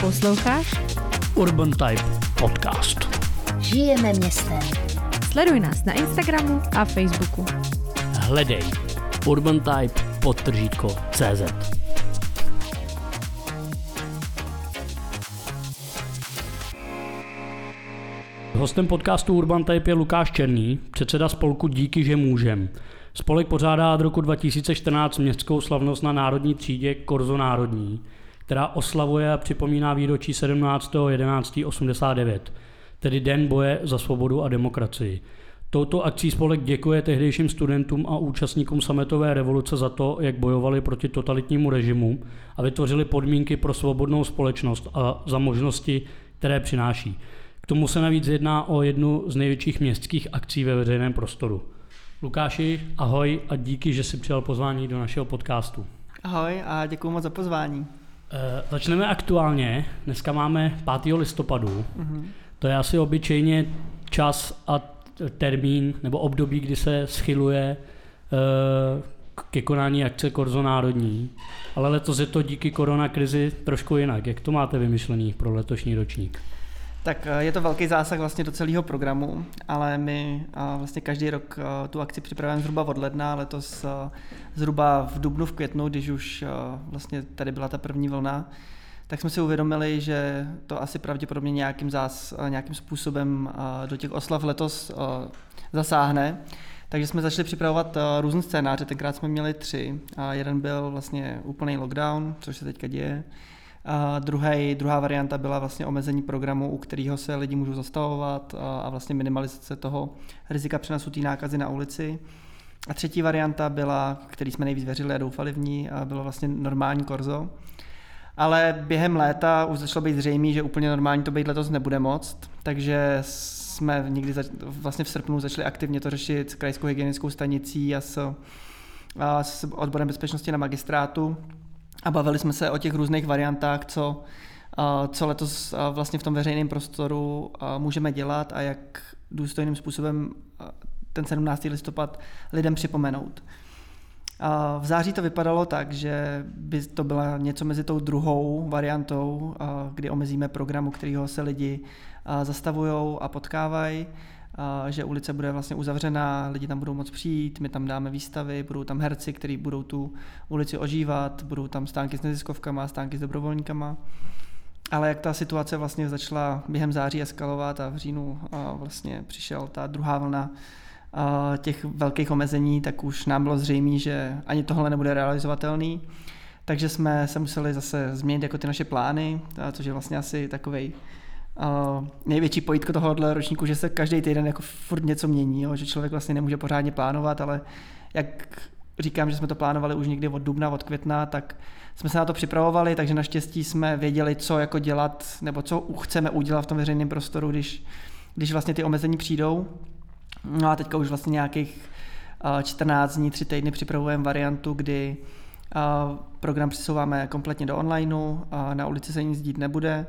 Posloucháš Urban Type podcast. Žijeme městem. Sleduj nás na Instagramu a Facebooku. Hledej urbantype_cz. Hostem podcastu Urban Type je Lukáš Černý, předseda spolku Díky, že můžem. Spolek pořádá od roku 2014 městskou slavnost na národní třídě Korzo národní, která oslavuje a připomíná výročí 17.11.89, tedy Den boje za svobodu a demokracii. Touto akcí spolek děkuje tehdejším studentům a účastníkům sametové revoluce za to, jak bojovali proti totalitnímu režimu a vytvořili podmínky pro svobodnou společnost a za možnosti, které přináší. K tomu se navíc jedná o jednu z největších městských akcí ve veřejném prostoru. Lukáši, ahoj a díky, že jsi přijal pozvání do našeho podcastu. Ahoj a děkuji moc za pozvání. Začneme aktuálně. Dneska máme 5. listopadu. To je asi obyčejně čas a termín nebo období, kdy se schyluje ke konání akce Korzo národní. Ale letos je to díky koronakrizi trošku jinak. Jak to máte vymyšlený pro letošní ročník? Tak je to velký zásah vlastně do celého programu, ale my vlastně každý rok tu akci připravujeme zhruba od ledna, letos zhruba v dubnu, v květnu, když už vlastně tady byla ta první vlna, tak jsme si uvědomili, že to asi pravděpodobně nějakým způsobem do těch oslav letos zasáhne. Takže jsme začali připravovat různé scénáře, tenkrát jsme měli 3. Jeden byl vlastně úplný lockdown, což se teďka děje. Druhá varianta byla vlastně omezení programu, u kterého se lidi můžou zastavovat a vlastně minimalizace toho rizika přenosu té nákazy na ulici. A třetí varianta byla, který jsme nejvíc věřili a doufali v ní, bylo vlastně normální korzo. Ale během léta už začalo být zřejmé, že úplně normální to být letos nebude moc, takže jsme vlastně v srpnu začali aktivně to řešit s krajskou hygienickou stanicí a s odborem bezpečnosti na magistrátu. A bavili jsme se o těch různých variantách, co letos vlastně v tom veřejném prostoru můžeme dělat a jak důstojným způsobem ten 17. listopad lidem připomenout. V září to vypadalo tak, že by to byla něco mezi tou druhou variantou, kdy omezíme program, u kterého se lidi zastavují a potkávají, že ulice bude vlastně uzavřená, lidi tam budou moct přijít, my tam dáme výstavy, budou tam herci, kteří budou tu ulici ožívat, budou tam stánky s neziskovkama, stánky s dobrovolníkama. Ale jak ta situace vlastně začala během září eskalovat a v říjnu vlastně přišel ta druhá vlna těch velkých omezení, tak už nám bylo zřejmé, že ani tohle nebude realizovatelný. Takže jsme se museli zase změnit jako ty naše plány, což je vlastně asi takovej největší pojítko tohohle ročníku, že se každý týden jako furt něco mění, jo? Že člověk vlastně nemůže pořádně plánovat, ale jak říkám, že jsme to plánovali už někdy od dubna, od května, tak jsme se na to připravovali, takže naštěstí jsme věděli, co jako dělat, nebo co chceme udělat v tom veřejném prostoru, když vlastně ty omezení přijdou. No a teďka už vlastně nějakých 14 dní, 3 týdny připravujeme variantu, kdy program přesouváme kompletně do onlineu, na ulici se nic dít nebude.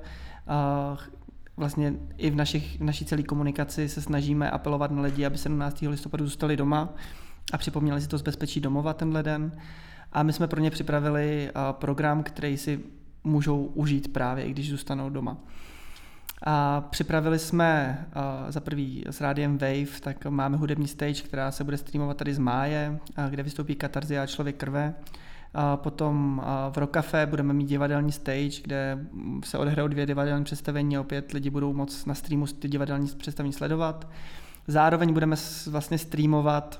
Vlastně i v naší celé komunikaci se snažíme apelovat na lidi, aby 17. listopadu zůstali doma a připomněli si to z bezpečí domova tenhle den. A my jsme pro ně připravili program, který si můžou užít právě, i když zůstanou doma. A připravili jsme za prvý s rádiem Wave, tak máme hudební stage, která se bude streamovat tady z máje, kde vystoupí Katarzy a Člověk krve. Potom v Rock Café budeme mít divadelní stage, kde se odehrajou 2 divadelní představení a opět lidi budou moct na streamu ty divadelní představení sledovat. Zároveň budeme vlastně streamovat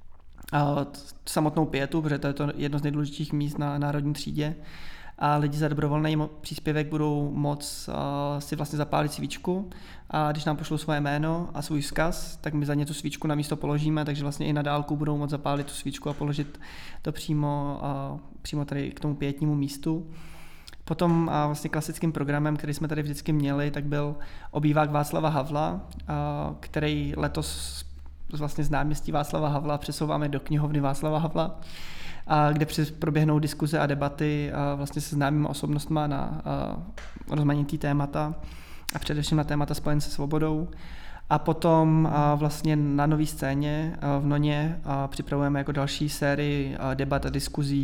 samotnou pietu, protože to je to jedno z nejdůležitějších míst na národní třídě. A lidi za dobrovolný příspěvek budou moct si vlastně zapálit svíčku a když nám pošlou svoje jméno a svůj vzkaz, tak my za ně tu svíčku na místo položíme, takže vlastně i na dálku budou moct zapálit tu svíčku a položit to přímo tady k tomu pietnímu místu. Potom vlastně klasickým programem, který jsme tady vždycky měli, tak byl obývák Václava Havla, který letos vlastně z náměstí Václava Havla přesouváme do knihovny Václava Havla, kde proběhnou diskuze a debaty vlastně se známými osobnostma na rozmanitý témata a především na témata spojené se svobodou. A potom vlastně na nový scéně v Noně připravujeme jako další sérii debat a diskuzí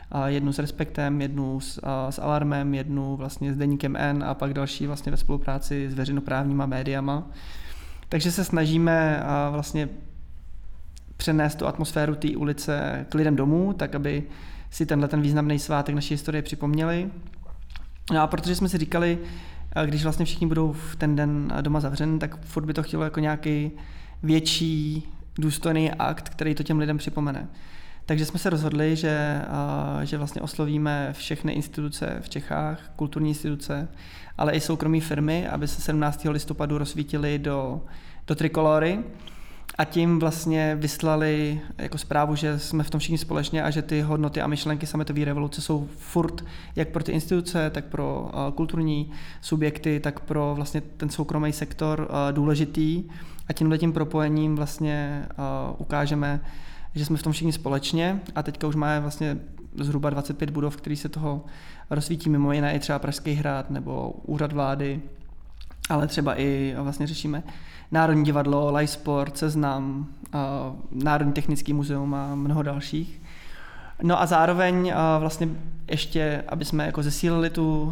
jednu s Respektem, jednu s Alarmem, jednu vlastně s Deníkem N a pak další vlastně ve spolupráci s veřejnoprávníma médiama. Takže se snažíme vlastně přenést tu atmosféru té ulice k lidem domů, tak aby si ten významný svátek naší historie připomněli. No a protože jsme si říkali, když vlastně všichni budou v ten den doma zavřen, tak furt by to chtělo jako nějaký větší důstojný akt, který to těm lidem připomene. Takže jsme se rozhodli, že vlastně oslovíme všechny instituce v Čechách, kulturní instituce, ale i soukromé firmy, aby se 17. listopadu rozsvítili do trikolory a tím vlastně vyslali jako zprávu, že jsme v tom všichni společně a že ty hodnoty a myšlenky sametové revoluce jsou furt jak pro ty instituce, tak pro kulturní subjekty, tak pro vlastně ten soukromý sektor důležitý a tímhletím propojením vlastně ukážeme, že jsme v tom všichni společně a teďka už máme vlastně zhruba 25 budov, které se toho rozsvítí, mimo jiné i třeba Pražský hrad nebo Úřad vlády, ale třeba i vlastně řešíme Národní divadlo, Live Sport, Seznam, Národní technický muzeum a mnoho dalších. No a zároveň vlastně ještě, aby jsme jako zesílili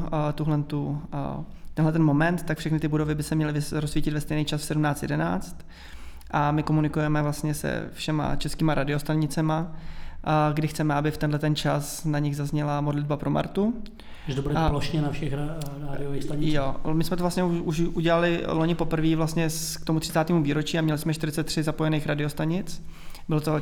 tenhle ten moment, tak všechny ty budovy by se měly rozsvítit ve stejný čas v 17:11 a my komunikujeme vlastně se všema českýma radiostanicema, kdy chceme, aby v tenhle ten čas na nich zazněla modlitba pro Martu. Že to bude plošně na všech rádiových stanicích? Jo, my jsme to vlastně už udělali loni poprvé vlastně k tomu 30. výročí a měli jsme 43 zapojených radiostanic. Byl to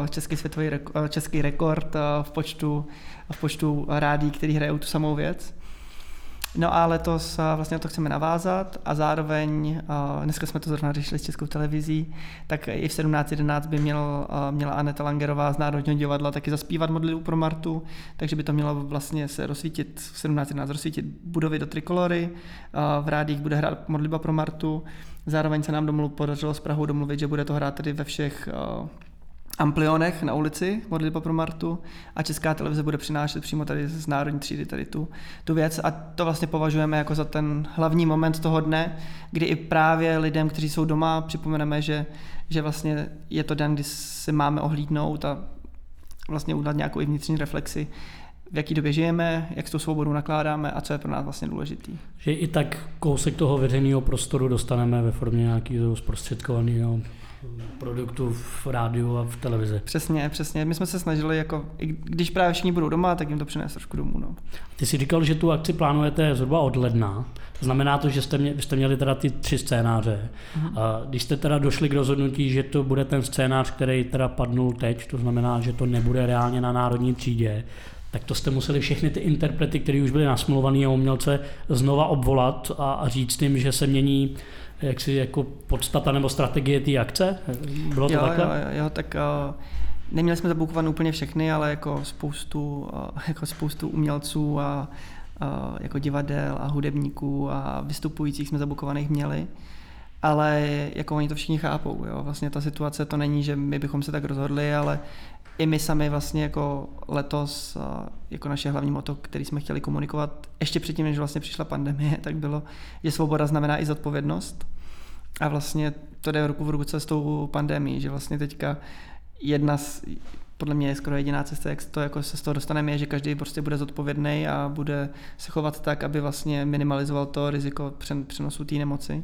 český rekord v počtu rádií, který hrajou tu samou věc. No a letos vlastně to chceme navázat a zároveň, dneska jsme to zrovna řešili s Českou televizí, tak i v 17:11 by měla Aneta Langerová z Národního divadla taky zaspívat modlitbu pro Martu, takže by to mělo vlastně se rozsvítit v 17:11 rozsvítit budovy do trikolory, v rádiích bude hrát modlitba pro Martu, zároveň se nám podařilo s Prahou domluvit, že bude to hrát tedy ve všech amplionech na ulici modlitba pro Martu a Česká televize bude přinášet přímo tady z Národní třídy tady tu věc a to vlastně považujeme jako za ten hlavní moment toho dne, kdy i právě lidem, kteří jsou doma, připomeneme, že vlastně je to den, kdy se máme ohlídnout a vlastně udělat nějakou i vnitřní reflexi, v jaký době žijeme, jak s tou svobodou nakládáme a co je pro nás vlastně důležitý. Že i tak kousek toho veřejného prostoru dostaneme ve formě nějakého zprostředkovaného produktu v rádiu a v televizi. Přesně. My jsme se snažili, jako, i když právě všichni budou doma, tak jim to přinést trošku domů. No. Ty jsi říkal, že tu akci plánujete zhruba od ledna. Znamená to, že jste měli teda ty 3 scénáře. A když jste teda došli k rozhodnutí, že to bude ten scénář, který teda padnul teď, to znamená, že to nebude reálně na Národní třídě, tak to jste museli všechny ty interprety, které už byly nasmluvaný a umělce, znova obvolat a říct jim, že se mění jaksi jako podstata nebo strategie té akce? Bylo to takhle? Jo, tak neměli jsme zabukované úplně všechny, ale jako spoustu umělců a jako divadel a hudebníků a vystupujících jsme zabukovaných měli. Ale jako oni to všichni chápou, jo. Vlastně ta situace to není, že my bychom se tak rozhodli, ale i my sami vlastně jako letos, jako naše hlavní motto, který jsme chtěli komunikovat, ještě předtím, než vlastně přišla pandemie, tak bylo, že svoboda znamená i zodpovědnost. A vlastně to jde ruku v ruce s tou pandemií, že vlastně teďka podle mě je skoro jediná cesta, jak to jako se z toho dostaneme, je, že každý prostě bude zodpovědný a bude se chovat tak, aby vlastně minimalizoval to riziko přenosu té nemoci.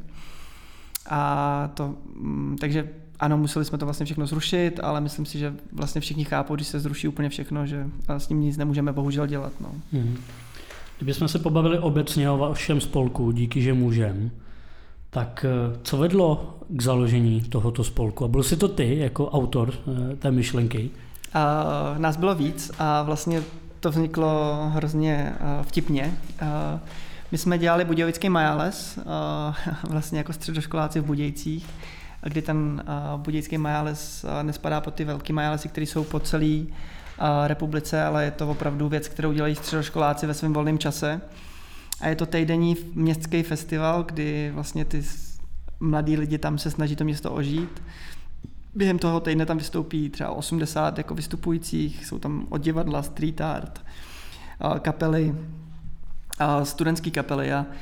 Takže ano, museli jsme to vlastně všechno zrušit, ale myslím si, že vlastně všichni chápou, když se zruší úplně všechno, že s tím nic nemůžeme bohužel dělat. No. Kdybychom se pobavili obecně o vašem spolku, díky, že můžem, tak co vedlo k založení tohoto spolku? A byl jsi to ty jako autor té myšlenky? Nás bylo víc a vlastně to vzniklo hrozně vtipně. My jsme dělali Budějovický Majáles, vlastně jako středoškoláci v Budějcích, kdy ten Budějický Majáles nespadá pod ty velký Majálesy, které jsou po celé republice, ale je to opravdu věc, kterou dělají středoškoláci ve svém volném čase. A je to týdenní městský festival, kdy vlastně ty mladí lidi tam se snaží to město ožít. Během toho týdne tam vystoupí třeba 80 jako vystupujících, jsou tam od divadla, street art, kapely, studentské kapely a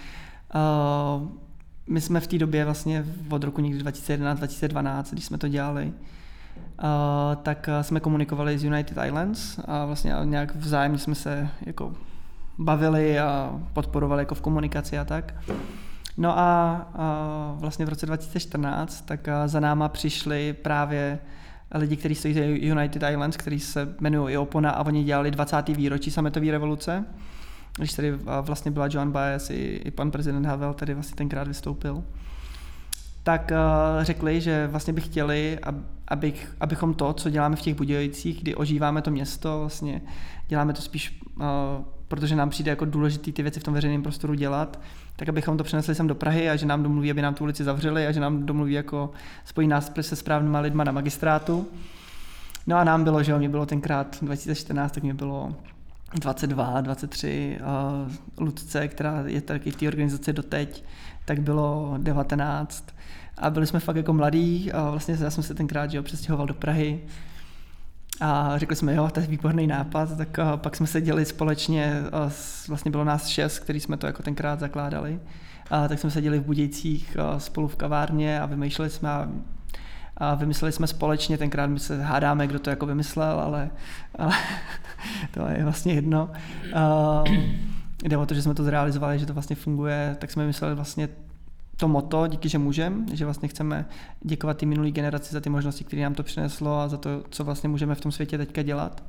my jsme v té době vlastně od roku někdy 2011-2012, když jsme to dělali, tak jsme komunikovali s United Islands a vlastně nějak vzájemně jsme se jako bavili a podporovali jako v komunikaci a tak. No a vlastně v roce 2014 tak za náma přišli právě lidi, kteří stojí za United Islands, který se jmenují Iopona a oni dělali 20. výročí sametové revoluce, když tady vlastně byla Joan Baez i pan prezident Havel tady vlastně tenkrát vystoupil. Tak řekli, že vlastně by chtěli, abychom to, co děláme v těch Budějovicích, kdy ožíváme to město, vlastně děláme to spíš, protože nám přijde jako důležitý ty věci v tom veřejném prostoru dělat, tak abychom to přenesli sem do Prahy a že nám domluví, aby nám tu ulici zavřeli a že nám domluví jako spojí nás se správnýma lidma na magistrátu. No a nám bylo, že mě bylo tenkrát 2014, tak mě bylo 22, 23, Ludce, která je taky v té organizaci doteď, tak bylo 19 a byli jsme fakt jako mladí a vlastně já jsem se tenkrát přestěhoval do Prahy a řekli jsme, jo, to je výborný nápad, tak pak jsme seděli společně, vlastně bylo nás 6, který jsme to jako tenkrát zakládali, tak jsme seděli v Budějcích spolu v kavárně a vymýšleli jsme a vymysleli jsme společně, tenkrát my se hádáme, kdo to jako vymyslel, ale to je vlastně jedno. Jde o to, že jsme to zrealizovali, že to vlastně funguje, tak jsme vymysleli vlastně to motto, díky, že můžeme, že vlastně chceme děkovat té minulé generaci za ty možnosti, které nám to přineslo a za to, co vlastně můžeme v tom světě teďka dělat.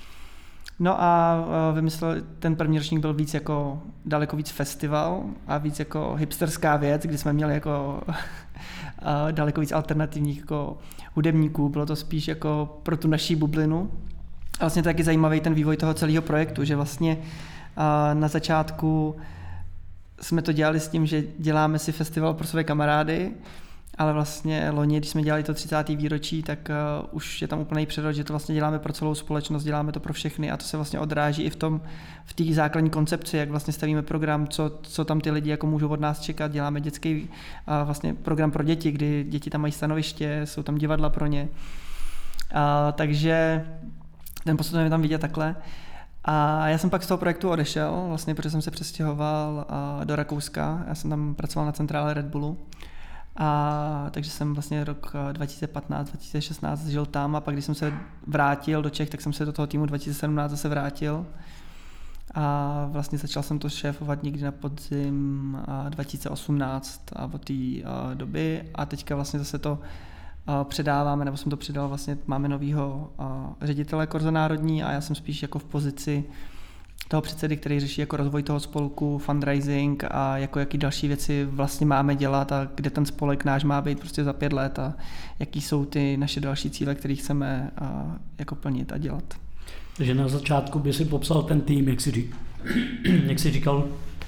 No a vymyslel, ten první ročník byl víc jako, daleko víc festival a víc jako hipsterská věc, kdy jsme měli jako daleko víc alternativních jako hudebníků, bylo to spíš jako pro tu naší bublinu. A vlastně to je taky zajímavý ten vývoj toho celého projektu, že vlastně na začátku jsme to dělali s tím, že děláme si festival pro své kamarády, ale vlastně loni, když jsme dělali to 30. výročí, tak už je tam úplný přerod, že to vlastně děláme pro celou společnost, děláme to pro všechny a to se vlastně odráží i v té základní koncepci, jak vlastně stavíme program, co tam ty lidi jako můžou od nás čekat, děláme dětský vlastně program pro děti, kdy děti tam mají stanoviště, jsou tam divadla pro ně. Takže ten postupně tam vidět takhle. A já jsem pak z toho projektu odešel, vlastně, protože jsem se přestěhoval do Rakouska, já jsem tam pracoval na centrále Red Bullu. Takže jsem vlastně rok 2015-2016 žil tam a pak když jsem se vrátil do Čech, tak jsem se do toho týmu 2017 zase vrátil a vlastně začal jsem to šéfovat někdy na podzim 2018 a od té doby a teďka vlastně zase to předáváme, nebo jsem to předal, vlastně máme novýho ředitele Korzo Národní a já jsem spíš jako v pozici toho předsedy, který řeší jako rozvoj toho spolku, fundraising a jako jaký další věci vlastně máme dělat a kde ten spolek náš má být prostě za 5 let a jaký jsou ty naše další cíle, které chceme jako plnit a dělat. Takže na začátku by si popsal ten tým, jak jsi říkal,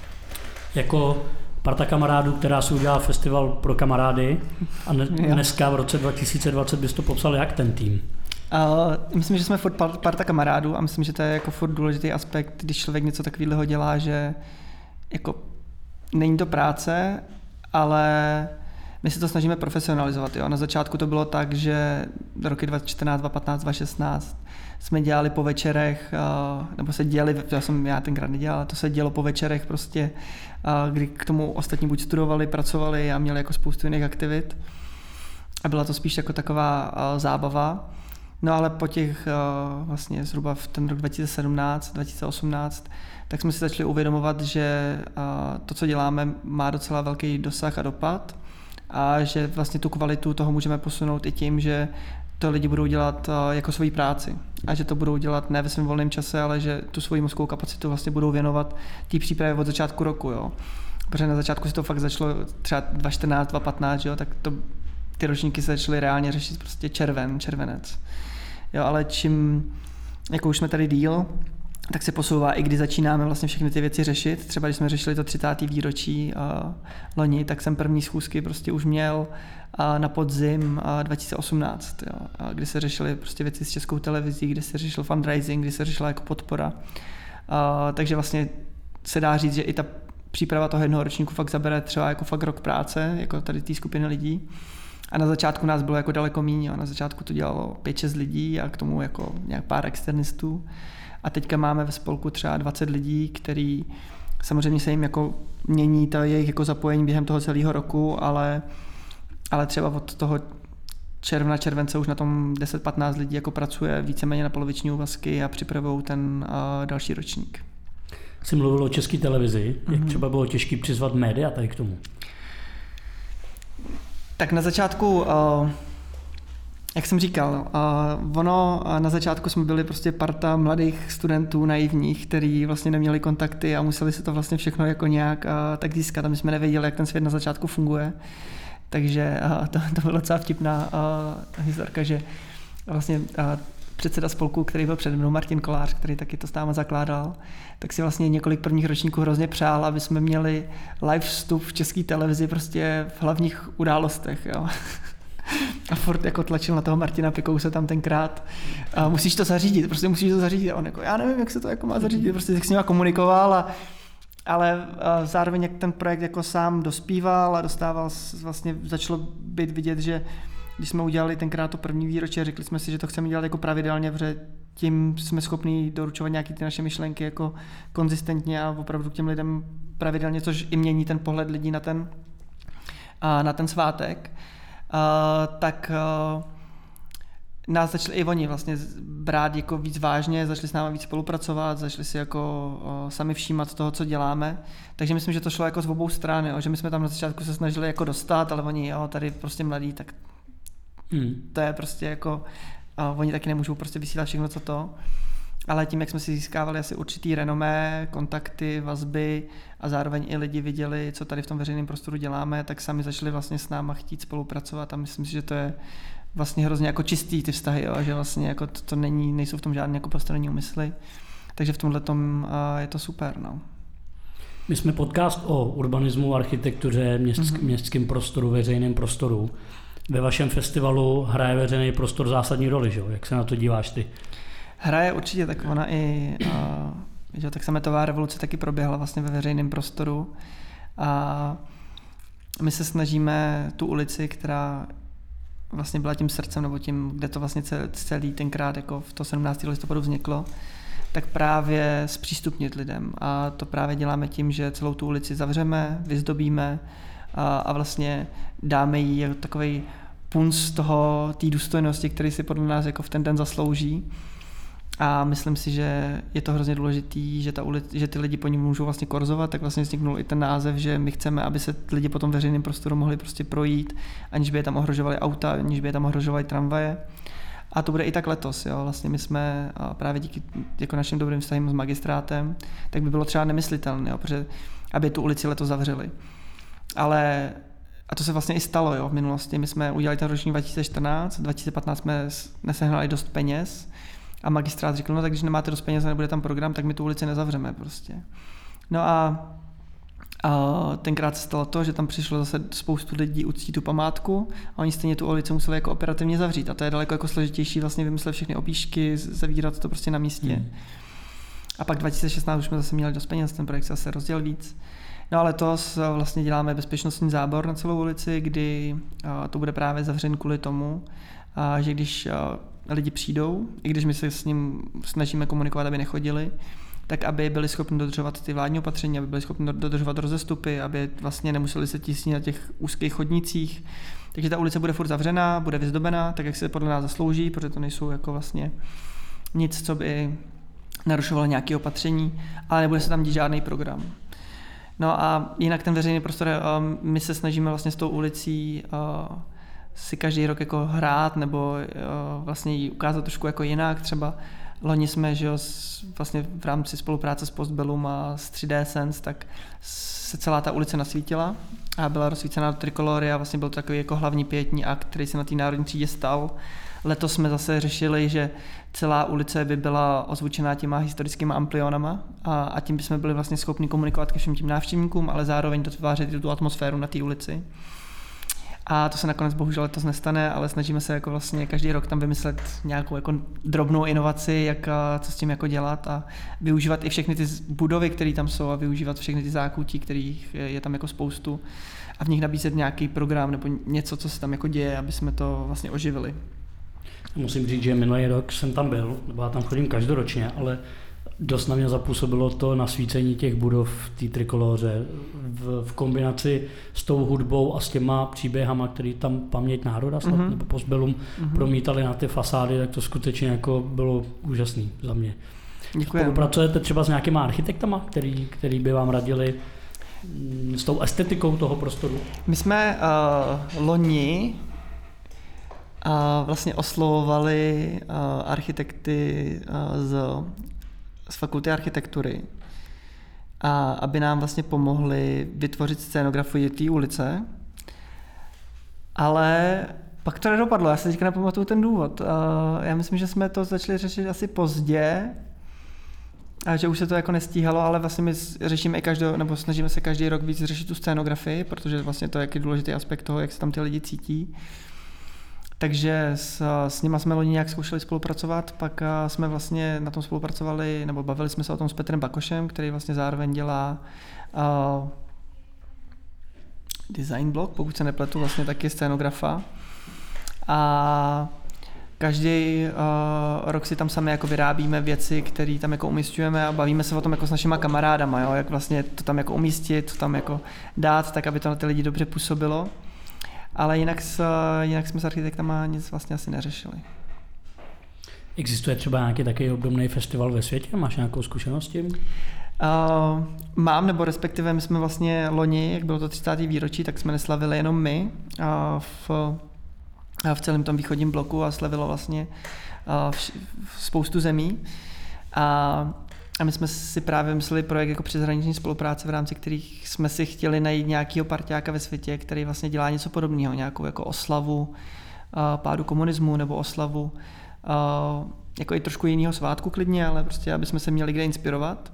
jako parta kamarádů, která si udělala festival pro kamarády a dneska v roce 2020 bys to popsal jak ten tým? Myslím, že jsme furt parta kamarádů a myslím, že to je jako furt důležitý aspekt, když člověk něco takového dělá, že jako není to práce, ale my se to snažíme profesionalizovat. Jo. Na začátku to bylo tak, že roky 2014, 2015, 2016 jsme dělali po večerech, nebo se dělali, já tenkrát nedělal, ale to se dělo po večerech prostě, kdy k tomu ostatní buď studovali, pracovali a měli jako spoustu jiných aktivit. A byla to spíš jako taková zábava. No ale po těch vlastně zhruba v ten rok 2017, 2018, tak jsme si začali uvědomovat, že to, co děláme, má docela velký dosah a dopad a že vlastně tu kvalitu toho můžeme posunout i tím, že to lidi budou dělat jako svoji práci a že to budou dělat ne ve svém volném čase, ale že tu svoji mozkovou kapacitu vlastně budou věnovat té přípravě od začátku roku. Jo. Protože na začátku si to fakt začalo třeba 2014, 2015, jo, tak ty ročníky se začaly reálně řešit prostě červenec. Jo, ale čím, jako už jsme tady díl, tak se posouvá, i když začínáme vlastně všechny ty věci řešit. Třeba když jsme řešili to 30. výročí loni, tak jsem první schůzky prostě už měl na podzim 2018, jo, kdy se řešily prostě věci s Českou televizí, kdy se řešil fundraising, kdy se řešila jako podpora. Takže vlastně se dá říct, že i ta příprava toho jednoho ročníku fakt zabere třeba jako fakt rok práce, jako tady té skupiny lidí. A na začátku nás bylo jako daleko míň, na začátku to dělalo 5-6 lidí a k tomu jako nějak pár externistů. A teďka máme ve spolku třeba 20 lidí, který samozřejmě se jim jako mění ta jejich jako zapojení během toho celého roku, ale třeba od toho června, července už na tom 10-15 lidí jako pracuje víceméně na poloviční úvazky a připravují ten další ročník. Jsi mluvil o České televizi, jak třeba bylo těžké přizvat média tady k tomu? Tak na začátku, jak jsem říkal, na začátku jsme byli prostě parta mladých studentů naivních, kteří vlastně neměli kontakty a museli se to vlastně všechno jako nějak tak získat a my jsme nevěděli, jak ten svět na začátku funguje. Takže to byla docela vtipná historka, že vlastně předseda spolku, který byl přede mnou, Martin Kolář, který taky to s náma zakládal, tak si vlastně několik prvních ročníků hrozně přál, aby jsme měli live vstup v České televizi prostě v hlavních událostech. Jo. A furt jako tlačil na toho Martina Pikouse tam tenkrát. Musíš to zařídit, prostě musíš to zařídit. A on jako, já nevím, jak se to jako má zařídit, prostě tak s nima komunikoval, ale zároveň jak ten projekt jako sám dospíval a vlastně začalo být vidět, že když jsme udělali tenkrát to první výročí a řekli jsme si, že to chceme dělat jako pravidelně, protože tím jsme schopni doručovat nějaké ty naše myšlenky jako konzistentně a opravdu k těm lidem pravidelně, což i mění ten pohled lidí na ten svátek. Tak nás začali i oni vlastně brát jako víc vážně, začali s námi víc spolupracovat, začali si jako sami všímat toho, co děláme. Takže myslím, že to šlo jako z obou stran, jo, že my jsme tam na začátku se snažili jako dostat, ale oni, tady prostě mladí, tak to je prostě jako, oni taky nemůžou prostě vysílat všechno, co to. Ale tím, jak jsme si získávali asi určitý renomé, kontakty, vazby a zároveň i lidi viděli, co tady v tom veřejném prostoru děláme, tak sami začali vlastně s náma chtít spolupracovat a myslím si, že to je vlastně hrozně jako čistý ty vztahy, jo? Že vlastně jako to nejsou v tom žádné jako prostranní úmysly. Takže v tomhle tom je to super. No. My jsme podcast o urbanismu, architektuře, městském prostoru, veřejném prostoru. Ve vašem festivalu hraje veřejný prostor zásadní roli, že? Jak se na to díváš ty? Hraje určitě, tak ona i, že tak sametová revoluce taky proběhla vlastně ve veřejném prostoru a my se snažíme tu ulici, která vlastně byla tím srdcem nebo tím, kde to vlastně celý tenkrát jako v to 17. listopadu vzniklo, tak právě zpřístupnit lidem a to právě děláme tím, že celou tu ulici zavřeme, vyzdobíme a vlastně dáme jí jako takovej punc té důstojnosti, který si podle nás jako v ten den zaslouží. A myslím si, že je to hrozně důležitý, že ty lidi po ní můžou vlastně korzovat, tak vlastně vzniknul i ten název, že my chceme, aby se lidi po tom veřejném prostoru mohli prostě projít, aniž by je tam ohrožovaly auta, aniž by je tam ohrožovaly tramvaje. A to bude i tak letos, jo. Vlastně my jsme právě díky jako našim dobrým vztahům s magistrátem, tak by bylo třeba nemyslitelné, jo, protože aby tu ulici letos zavřeli. Ale a to se vlastně i stalo, jo, v minulosti. My jsme udělali ten ročník 2014, 2015 jsme nesehnali dost peněz a magistrát řekl, no tak když nemáte dost peněz a nebude tam program, tak my tu ulici nezavřeme prostě. No a tenkrát se stalo to, že tam přišlo zase spoustu lidí uctít tu památku a oni stejně tu ulici museli jako operativně zavřít a to je daleko jako složitější vlastně vymyslet všechny opíšky, zavírat to prostě na místě. A pak 2016 už jsme zase měli dost peněz, ten projekt se zase rozdělil víc. No ale letos vlastně děláme bezpečnostní zábor na celou ulici, kdy to bude právě zavřen kvůli tomu, že když lidi přijdou, i když my se s ním snažíme komunikovat, aby nechodili, tak aby byli schopni dodržovat ty vládní opatření, aby byli schopni dodržovat rozestupy, aby vlastně nemuseli se tísnit na těch úzkých chodnicích. Takže ta ulice bude furt zavřená, bude vyzdobená, tak jak se podle nás zaslouží, protože to nejsou jako vlastně nic, co by narušovalo nějaké opatření, ale nebude se tam dít žádný program. No a jinak ten veřejný prostor, my se snažíme vlastně s tou ulicí si každý rok jako hrát nebo vlastně ji ukázat trošku jako jinak. Třeba loni jsme, že jo, vlastně v rámci spolupráce s Postbellum a s 3D Sense, tak se celá ta ulice nasvítila a byla rozsvícená do trikolory a vlastně byl to takový jako hlavní pietní akt, který se na té národní třídě stal. Letos jsme zase řešili, že celá ulice by byla ozvučená těma historickými amplionama a tím bychom byli vlastně schopni komunikovat ke všem tím návštěvníkům, ale zároveň dotvářet tu atmosféru na té ulici. A to se nakonec bohužel letos nestane, ale snažíme se jako vlastně každý rok tam vymyslet nějakou jako drobnou inovaci, co s tím jako dělat a využívat i všechny ty budovy, které tam jsou a využívat všechny ty zákutí, kterých je tam jako spoustu a v nich nabízet nějaký program nebo něco, co se tam jako děje, aby jsme to vlastně oživili. Musím říct, že minulý rok jsem tam byl, nebo já tam chodím každoročně, ale Dost na mě zapůsobilo to nasvícení těch budov v té trikoloře v kombinaci s tou hudbou a s těma příběhama, který tam Paměť národa snad, nebo Postbellum promítali na ty fasády, tak to skutečně jako bylo úžasný za mě. Děkujeme. Spolupracujete třeba s nějakýma architektama, který by vám radili s tou estetikou toho prostoru? My jsme loni vlastně oslovovali architekty z fakulty architektury, aby nám vlastně pomohli vytvořit scénografii té ulice, ale pak to nedopadlo, já se teďka nepamatuju ten důvod. Já myslím, že jsme to začali řešit asi pozdě, a že už se to jako nestíhalo, ale vlastně my řešíme nebo snažíme se každý rok víc řešit tu scénografii, protože vlastně to je jaký důležitý aspekt toho, jak se tam ty lidi cítí. Takže s nima jsme loni nějak zkoušeli spolupracovat, pak jsme vlastně na tom spolupracovali, nebo bavili jsme se o tom s Petrem Bakošem, který vlastně zároveň dělá design blog, pokud se nepletu, vlastně taky scénografa. A každý rok si tam sami jako vyrábíme věci, které tam jako umísťujeme a bavíme se o tom jako s našima kamarádama, jo? Jak vlastně to tam jako umístit, to tam jako dát, tak aby to na ty lidi dobře působilo. Ale jinak jsme s architektama nic vlastně asi neřešili. Existuje třeba nějaký takový obdobný festival ve světě? Máš nějakou zkušenost s tím? Mám, nebo respektive my jsme vlastně loni, jak bylo to 30. výročí, tak jsme neslavili jenom my v celém tom východním bloku a slavilo vlastně spoustu zemí. A my jsme si právě mysleli projekt jako přeshraniční spolupráce, v rámci kterých jsme si chtěli najít nějakého parťáka ve světě, který vlastně dělá něco podobného, nějakou jako oslavu pádu komunismu nebo oslavu jako i trošku jiného svátku klidně, ale prostě aby jsme se měli kde inspirovat.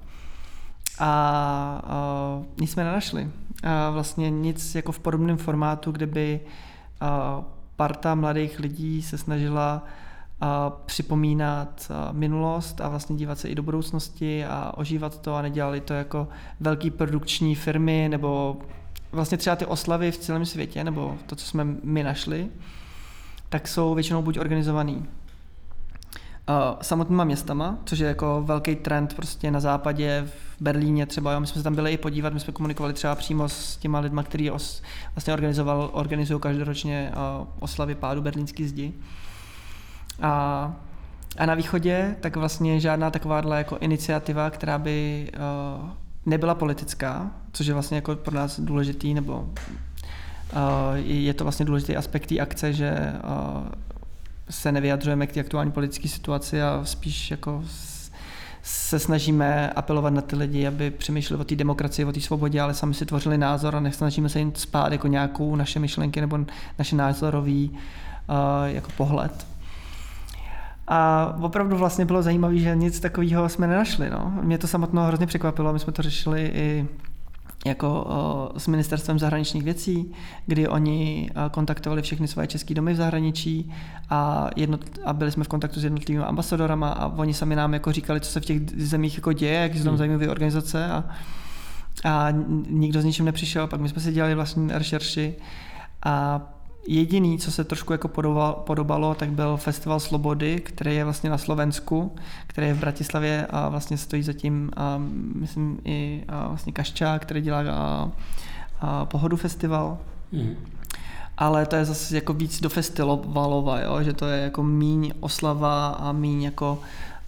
A nic jsme nenašli. Vlastně nic jako v podobném formátu, kde by parta mladých lidí se snažila připomínat minulost a vlastně dívat se i do budoucnosti a ožívat to a nedělali to jako velký produkční firmy nebo vlastně třeba ty oslavy v celém světě nebo to, co jsme my našli, tak jsou většinou buď organizovaný samotnýma městama, což je jako velký trend prostě na západě, v Berlíně třeba, jo, my jsme se tam byli i podívat, my jsme komunikovali třeba přímo s těma lidma, kteří vlastně organizují každoročně oslavy pádu berlínské zdi. A na východě tak vlastně žádná takováhle jako iniciativa, která by nebyla politická, což je vlastně jako pro nás důležitý, nebo je to vlastně důležitý aspekt té akce, že se nevyjadřujeme k té aktuální politické situaci a spíš jako se snažíme apelovat na ty lidi, aby přemýšleli o té demokracii, o té svobodě, ale sami si tvořili názor a nesnažíme se jim spát jako nějakou naše myšlenky nebo naše názorový jako pohled. A opravdu vlastně bylo zajímavé, že nic takového jsme nenašli. No. Mě to samotnou hrozně překvapilo, my jsme to řešili i jako s ministerstvem zahraničních věcí, kdy oni kontaktovali všechny svoje české domy v zahraničí a byli jsme v kontaktu s jednotlivými ambasadorama a oni sami nám jako říkali, co se v těch zemích jako děje, jak jsou tam zajímavé organizace a nikdo s ničím nepřišel. Pak my jsme si dělali vlastní rešerši a jediný, co se trošku jako podobalo, tak byl Festival Slobody, který je vlastně na Slovensku, který je v Bratislavě a vlastně stojí zatím, myslím, i vlastně Kaščák, který dělá Pohodu festival. Ale to je zase jako víc do festivalova, jo? Že to je jako míň oslava a míň jako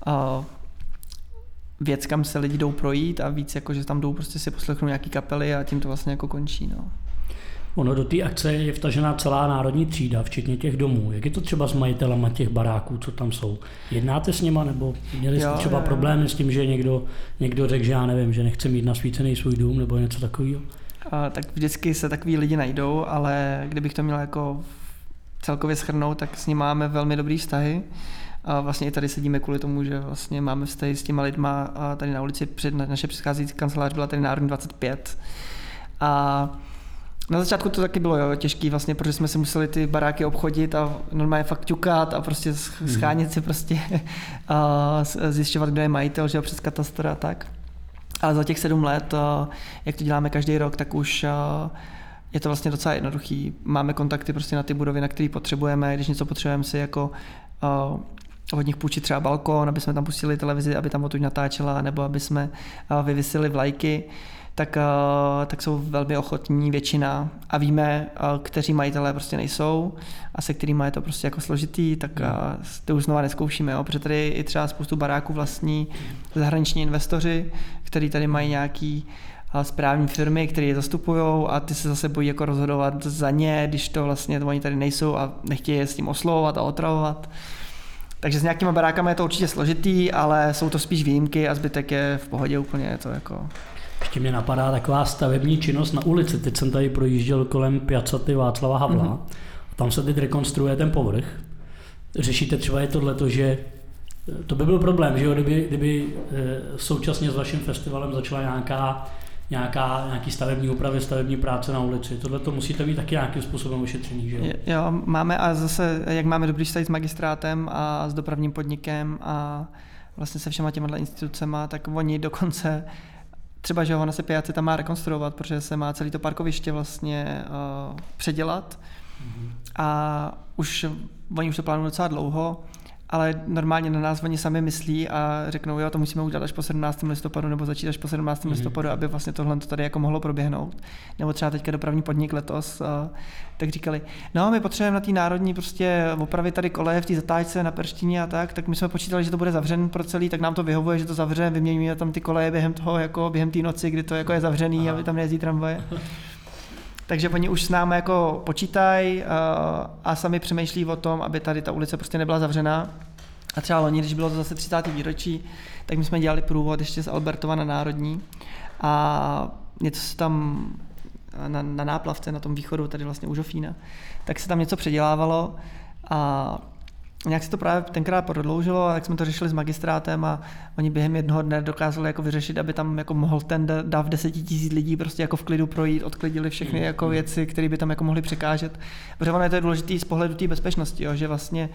věc, kam se lidi jdou projít a víc jako, že tam jdou prostě si poslechnout nějaký kapely a tím to vlastně jako končí. No. Ono do té akce je vtažená celá národní třída, včetně těch domů. Jak je to třeba s majitelama těch baráků, co tam jsou? Jednáte s nima, nebo měli jste třeba problémy s tím, že někdo řekl, že já nevím, že nechce mít nasvícený svůj dům, nebo něco takového? Tak vždycky se takový lidi najdou, ale kdybych to měl jako celkově shrnout, tak s nimi máme velmi dobrý vztahy. A vlastně i tady sedíme kvůli tomu, že vlastně máme vztahy s těma lidma a tady na ulici naše předcházející kancelář byla tady Národní 25. A na začátku to taky bylo těžký vlastně, protože jsme si museli ty baráky obchodit a normálně fakt ťukat a prostě schánět si prostě a zjišťovat, kdo je majitel, že přes katastr a tak. Ale za těch 7 let, jak to děláme každý rok, tak už je to vlastně docela jednoduchý. Máme kontakty prostě na ty budovy, na které potřebujeme, když něco potřebujeme si jako od nich půjčit třeba balkon, aby jsme tam pustili televizi, aby tam odtud natáčela, nebo aby jsme vyvisili vlajky, tak jsou velmi ochotní většina a víme, kteří majitelé prostě nejsou a se kterými je to prostě jako složitý, tak to už znova neskoušíme, jo? Protože tady i třeba spoustu baráků vlastní zahraniční investoři, kteří tady mají nějaký správní firmy, které je zastupují a ty se zase bojí jako rozhodovat za ně, když to vlastně oni tady nejsou a nechtějí je s tím oslovovat a otravovat. Takže s nějakýma barákama je to určitě složitý, ale jsou to spíš výjimky a zbytek je v pohodě úplně, je to jako... Ještě mě napadá taková stavební činnost na ulici. Teď jsem tady projížděl kolem Piacaty Václava Havla. Mm-hmm. Tam se teď rekonstruuje ten povrch. Řešíte třeba i tohleto, že to by byl problém, že jo, kdyby současně s vaším festivalem začala nějaký stavební úpravy, stavební práce na ulici. Tohle to musíte mít taky nějakým způsobem ošetřený, že jo? Jo, máme a zase, jak máme dobrý vztah s magistrátem a s dopravním podnikem a vlastně se všema těma institucema, tak oni dokonce třeba, že ona se Piaceta má rekonstruovat, protože se má celé to parkoviště vlastně předělat a oni už to plánují docela dlouho, ale normálně na nás oni sami myslí a řeknou, jo, to musíme udělat až po 17. listopadu nebo začít až po 17. listopadu, aby vlastně tohle tady jako mohlo proběhnout. Nebo třeba teďka dopravní podnik letos, tak říkali, no my potřebujeme na té národní prostě opravit tady koleje v té zatáčce na Perštině a tak my jsme počítali, že to bude zavřen pro celý, tak nám to vyhovuje, že to zavře, vyměníme tam ty koleje během té noci, kdy to jako je zavřený, aby tam nejezdí tramvaje. Takže oni už s námi jako počítají a sami přemýšlí o tom, aby tady ta ulice prostě nebyla zavřená. A třeba loni, když bylo to zase 30. výročí, tak my jsme dělali průvod ještě z Albertova na Národní a něco se tam na náplavce, na tom východu, tady vlastně u Žofína, tak se tam něco předělávalo a nějak se to právě tenkrát prodloužilo a tak jsme to řešili s magistrátem a oni během jednoho dne dokázali jako vyřešit, aby tam jako mohl ten dav 10 000 lidí prostě jako v klidu projít, odklidili všechny jako věci, které by tam jako mohly překážet. Protože ono je to důležité z pohledu té bezpečnosti, jo, že vlastně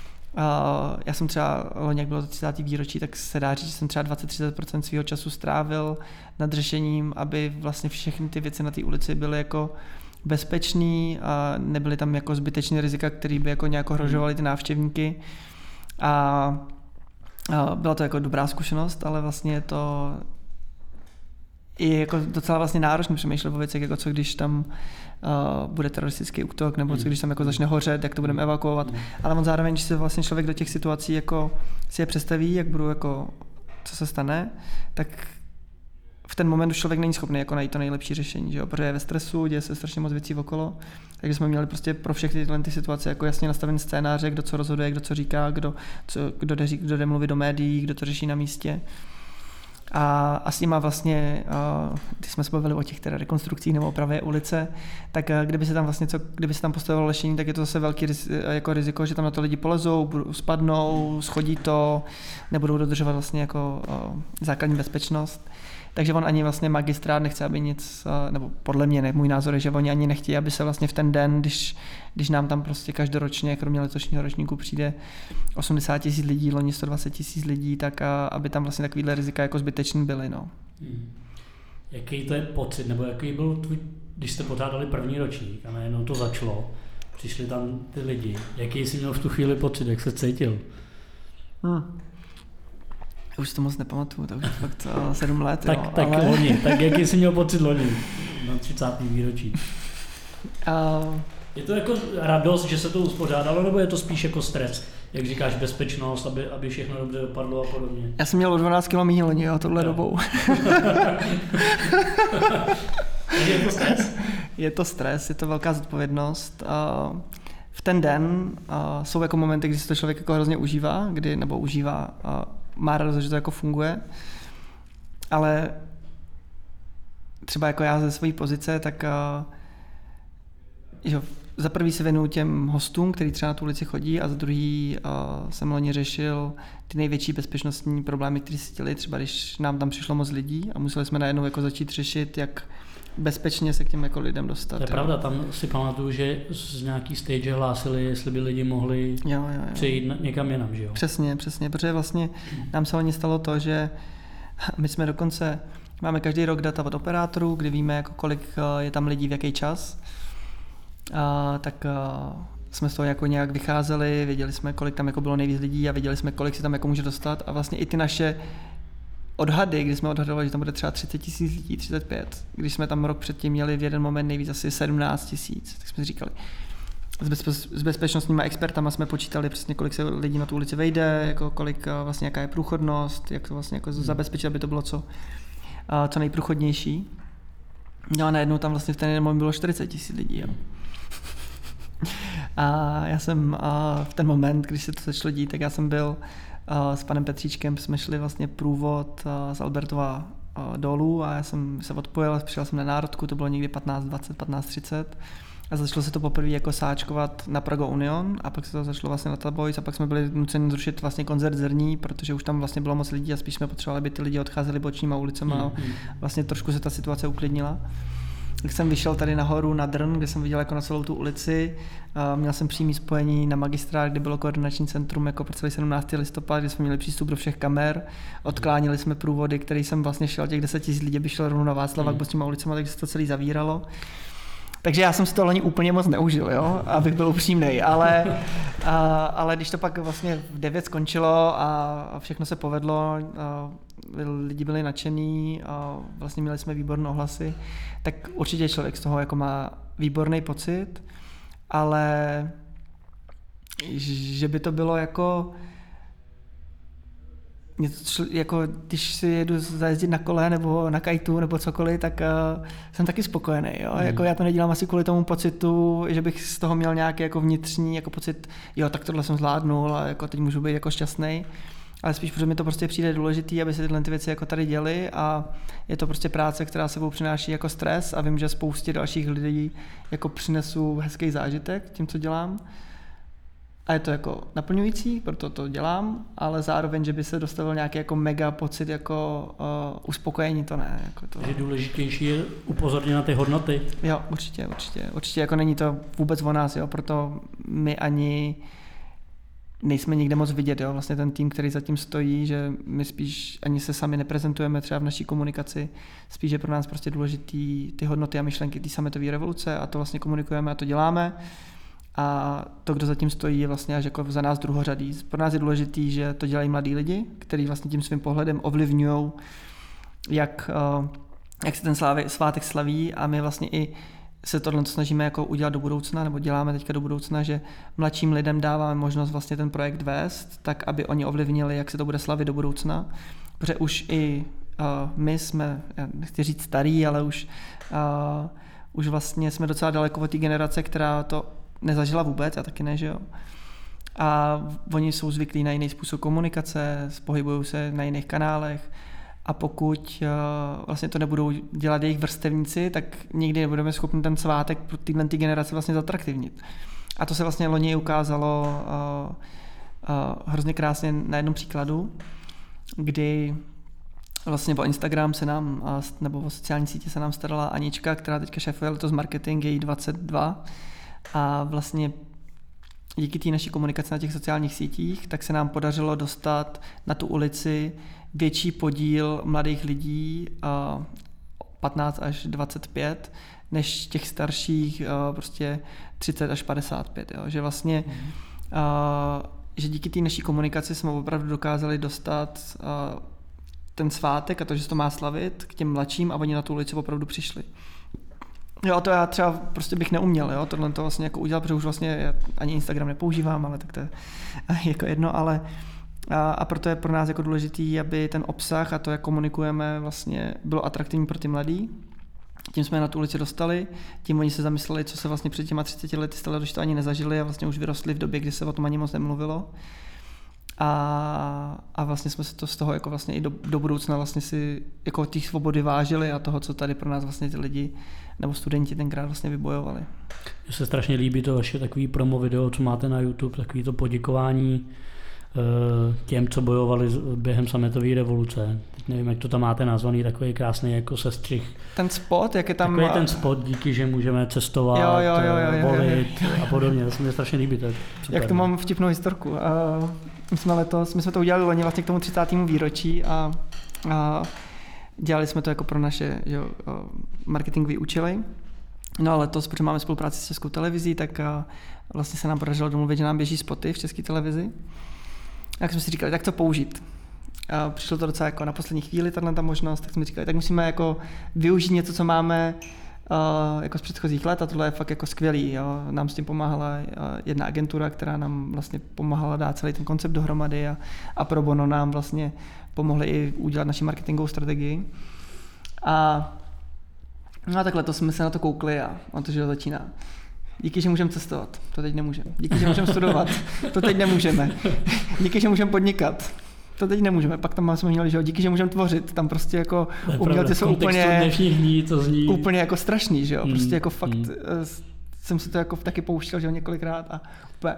já jsem třeba loni, jak bylo to 30. výročí, tak se dá říct, že jsem třeba 20-30% svého času strávil nad řešením, aby vlastně všechny ty věci na té ulici byly jako bezpečný a nebyly tam jako zbytečné rizika, které by jako nějak ohrožovaly ty návštěvníky a byla to jako dobrá zkušenost, ale vlastně je to i jako docela vlastně náročně přemýšlet o věcech, jako co když tam bude teroristický útok, nebo co když tam jako začne hořet, jak to budeme evakuovat, ale on zároveň, když se vlastně člověk do těch situací jako si je představí, jak budu jako, co se stane, tak v ten moment už člověk není schopný jako najít to nejlepší řešení, že jo? Protože je ve stresu, děje se strašně moc věcí okolo, takže jsme měli prostě pro všechny tyhle ty situace jako jasně nastavený scénáře, kdo co rozhoduje, kdo co říká, kdo jde mluvit do médií, kdo to řeší na místě. A s nima vlastně, když jsme se bavili o těch teda rekonstrukcích nebo opravě ulice, tak kdyby se tam postavilo lešení, tak je to zase velký jako riziko, že tam na to lidi polezou, spadnou, schodí to, nebudou dodržovat vlastně jako základní bezpečnost. Takže on ani vlastně magistrát nechce, aby nic, nebo podle mě, můj názor je, že oni ani nechtějí, aby se vlastně v ten den, když nám tam prostě každoročně, kromě letošního ročníku, přijde 80 000 lidí, loni 120 000 lidí, tak aby tam vlastně takovýhle rizika jako zbytečný byly. No. Jaký to je pocit, nebo jaký byl tvůj, když jste pořádali první ročník a najednou to začalo, přišli tam ty lidi, jaký jsi měl v tu chvíli pocit, jak se cítil? Už to moc nepamatuju, to už je fakt 7 let. Tak ale... loni, tak jaký jsi měl pocit loni na 30. výročí? Je to jako radost, že se to uspořádalo, nebo je to spíš jako stres? Jak říkáš, bezpečnost, aby všechno dobře dopadlo a podobně? Já jsem měl o 12 kg méně loni, tohle dobou. Je to stres? Je to stres, je to velká zodpovědnost. V ten den jsou jako momenty, kdy se to člověk jako hrozně užívá, má radost, že to jako funguje, ale třeba jako já ze své pozice, tak že za prvý se věnuju těm hostům, kteří třeba na tu ulici chodí, a za druhý jsem loni řešil ty největší bezpečnostní problémy, které si chtěli, třeba když nám tam přišlo moc lidí a museli jsme najednou jako začít řešit, jak bezpečně se k těm jako lidem dostat. To je pravda, tam si pamatuju, že z nějaký stage hlásili, jestli by lidi mohli přejít někam jinam, že jo? Přesně, protože vlastně nám se loni stalo to, že my jsme dokonce, máme každý rok data od operátorů, kdy víme, jako kolik je tam lidí v jaký čas, tak jsme z toho jako nějak vycházeli, věděli jsme, kolik tam jako bylo nejvíc lidí a věděli jsme, kolik si tam jako může dostat a vlastně i ty naše odhady, kdy jsme odhadovali, že tam bude třeba 30 000 lidí, 35, když jsme tam rok předtím měli v jeden moment nejvíc asi 17 000, tak jsme říkali. S bezpečnostníma expertama jsme počítali přesně, kolik se lidí na tu ulici vejde, jako kolik vlastně, jaká je průchodnost, jak to vlastně jako zabezpečit, aby to bylo co nejprůchodnější. No a najednou tam vlastně v ten moment bylo 40 000 lidí. Jo. A já jsem v ten moment, když se to začalo dít, tak já jsem byl s panem Petříčkem, jsme šli vlastně průvod z Albertova dolů a já jsem se odpojil, přišel jsem na Národku, to bylo někdy 15:20, 15:30 a začalo se to poprvé jako sáčkovat na Prago Union a pak se to začalo vlastně na Tabojc a pak jsme byli nuceni zrušit vlastně koncert Zrní, protože už tam vlastně bylo moc lidí a spíš jsme potřebovali, aby ty lidi odcházeli bočníma ulicema a vlastně trošku se ta situace uklidnila. Tak jsem vyšel tady nahoru na Drn, kde jsem viděl jako na celou tu ulici. Měl jsem přímý spojení na Magistrát, kde bylo koordinační centrum jako pro celý 17. listopad, kde jsme měli přístup do všech kamer. Odklánili jsme průvody, který jsem vlastně šel, těch 10 000 lidí by šel rovnou na Václava k bočníma ulicema, takže se to celý zavíralo. Takže já jsem si to loni úplně moc neužil, jo? Abych byl upřímnej, ale když to pak vlastně v 9 skončilo a všechno se povedlo, lidi byli nadšený, vlastně měli jsme výborné ohlasy, tak určitě člověk z toho jako má výborný pocit, ale že by to bylo jako jako když si jedu zajezdit na kole nebo na kajtu nebo cokoliv, tak jsem taky spokojený. Jo? Jako já to nedělám asi kvůli tomu pocitu, že bych z toho měl nějaký jako vnitřní jako pocit, jo, tak tohle jsem zvládnul a jako teď můžu být jako šťastný. Ale spíš, protože mi to prostě přijde důležitý, aby se tyhle ty věci jako tady děly a je to prostě práce, která sebou přináší jako stres a vím, že spoustě dalších lidí jako přinesu hezký zážitek tím, co dělám. A je to jako naplňující, proto to dělám, ale zároveň, že by se dostavil nějaký jako mega pocit jako uspokojení, to ne. Jako to... Takže důležitější je upozornit na ty hodnoty. Jo, určitě, jako není to vůbec o nás, jo, proto my ani nejsme nikde moc vidět, jo, vlastně ten tým, který zatím stojí, že my spíš ani se sami neprezentujeme třeba v naší komunikaci, spíš je pro nás prostě důležitý ty hodnoty a myšlenky té sametové revoluce a to vlastně komunikujeme a to děláme. A to, kdo zatím stojí, je vlastně až jako za nás druhořadý. Pro nás je důležitý, že to dělají mladí lidi, kteří vlastně tím svým pohledem ovlivňují, jak se ten svátek slaví a my vlastně i se tohle snažíme jako udělat do budoucna, nebo děláme teďka do budoucna, že mladším lidem dáváme možnost vlastně ten projekt vést, tak aby oni ovlivnili, jak se to bude slavit do budoucna. Protože už i my jsme, já nechci říct starý, ale už vlastně jsme docela daleko od té generace, která to nezažila vůbec, já taky ne, že jo. A oni jsou zvyklí na jiný způsob komunikace, pohybují se na jiných kanálech a pokud vlastně to nebudou dělat jejich vrstevníci, tak nikdy nebudeme schopni ten svátek pro tyhle generace vlastně zatraktivnit. A to se vlastně loni ukázalo hrozně krásně na jednom příkladu, kdy vlastně o Instagram se nám, nebo o sociální sítě se nám starala Anička, která teďka šéfuje letos marketing, její 22. A vlastně díky té naší komunikaci na těch sociálních sítích, tak se nám podařilo dostat na tu ulici větší podíl mladých lidí, 15 až 25, než těch starších prostě 30 až 55. Jo. Že vlastně, že díky té naší komunikaci jsme opravdu dokázali dostat ten svátek a to, že se to má slavit k těm mladším a oni na tu ulici opravdu přišli. Jo, a to já třeba prostě bych neuměl, jo, tohle to vlastně jako udělat, protože už vlastně já ani Instagram nepoužívám, ale tak to je jako jedno, ale a proto je pro nás jako důležitý, aby ten obsah a to, jak komunikujeme, vlastně bylo atraktivní pro ty mladý. Tím jsme je na tu ulici dostali, tím oni se zamysleli, co se vlastně před těma 30 lety stalo, když to ani nezažili a vlastně už vyrostli v době, kdy se o tom ani moc nemluvilo. A vlastně jsme se to z toho jako vlastně i do budoucna vlastně si jako těch svobody vážili a toho, co tady pro nás vlastně ty lidi nebo studenti tenkrát vlastně vybojovali. Mně se strašně líbí to vaše takový promo video, co máte na YouTube, takový to poděkování těm, co bojovali během sametové revoluce. Teď nevím, jak to tam máte nazvaný, takový krásný jako sestřih. Ten spot, jak je tam... Takový ten spot, díky, že můžeme cestovat, volit a podobně. To se mi strašně líbí. To je super. Jak to mám vtipnou historku. My jsme to udělali loni vlastně k tomu 30. výročí a dělali jsme to jako pro naše marketingové účely. No ale letos, protože máme spolupráci s Českou televizí, tak vlastně se nám podařilo domluvit, že nám běží spoty v České televizi. Tak jsme si říkali, tak to použít. A přišlo to docela jako na poslední chvíli, ta možnost, tak jsme říkali, tak musíme jako využít něco, co máme jako z předchozích let a tohle je fakt jako skvělý. Jo. Nám s tím pomáhala jedna agentura, která nám vlastně pomáhala dát celý ten koncept dohromady a pro bono nám vlastně pomohli i udělat naši marketingovou strategii. A tak letos jsme se na to koukli a on to, že začíná. Díky, že můžeme cestovat, to teď nemůžeme. Díky, že můžeme studovat, to teď nemůžeme. Díky, že můžeme podnikat, to teď nemůžeme. Pak tam jsme měli, že díky, že můžeme tvořit, tam prostě jako umělci jsou úplně jako strašný, že jo. Prostě jako fakt jsem si to jako taky pouštěl, že jo, několikrát a úplně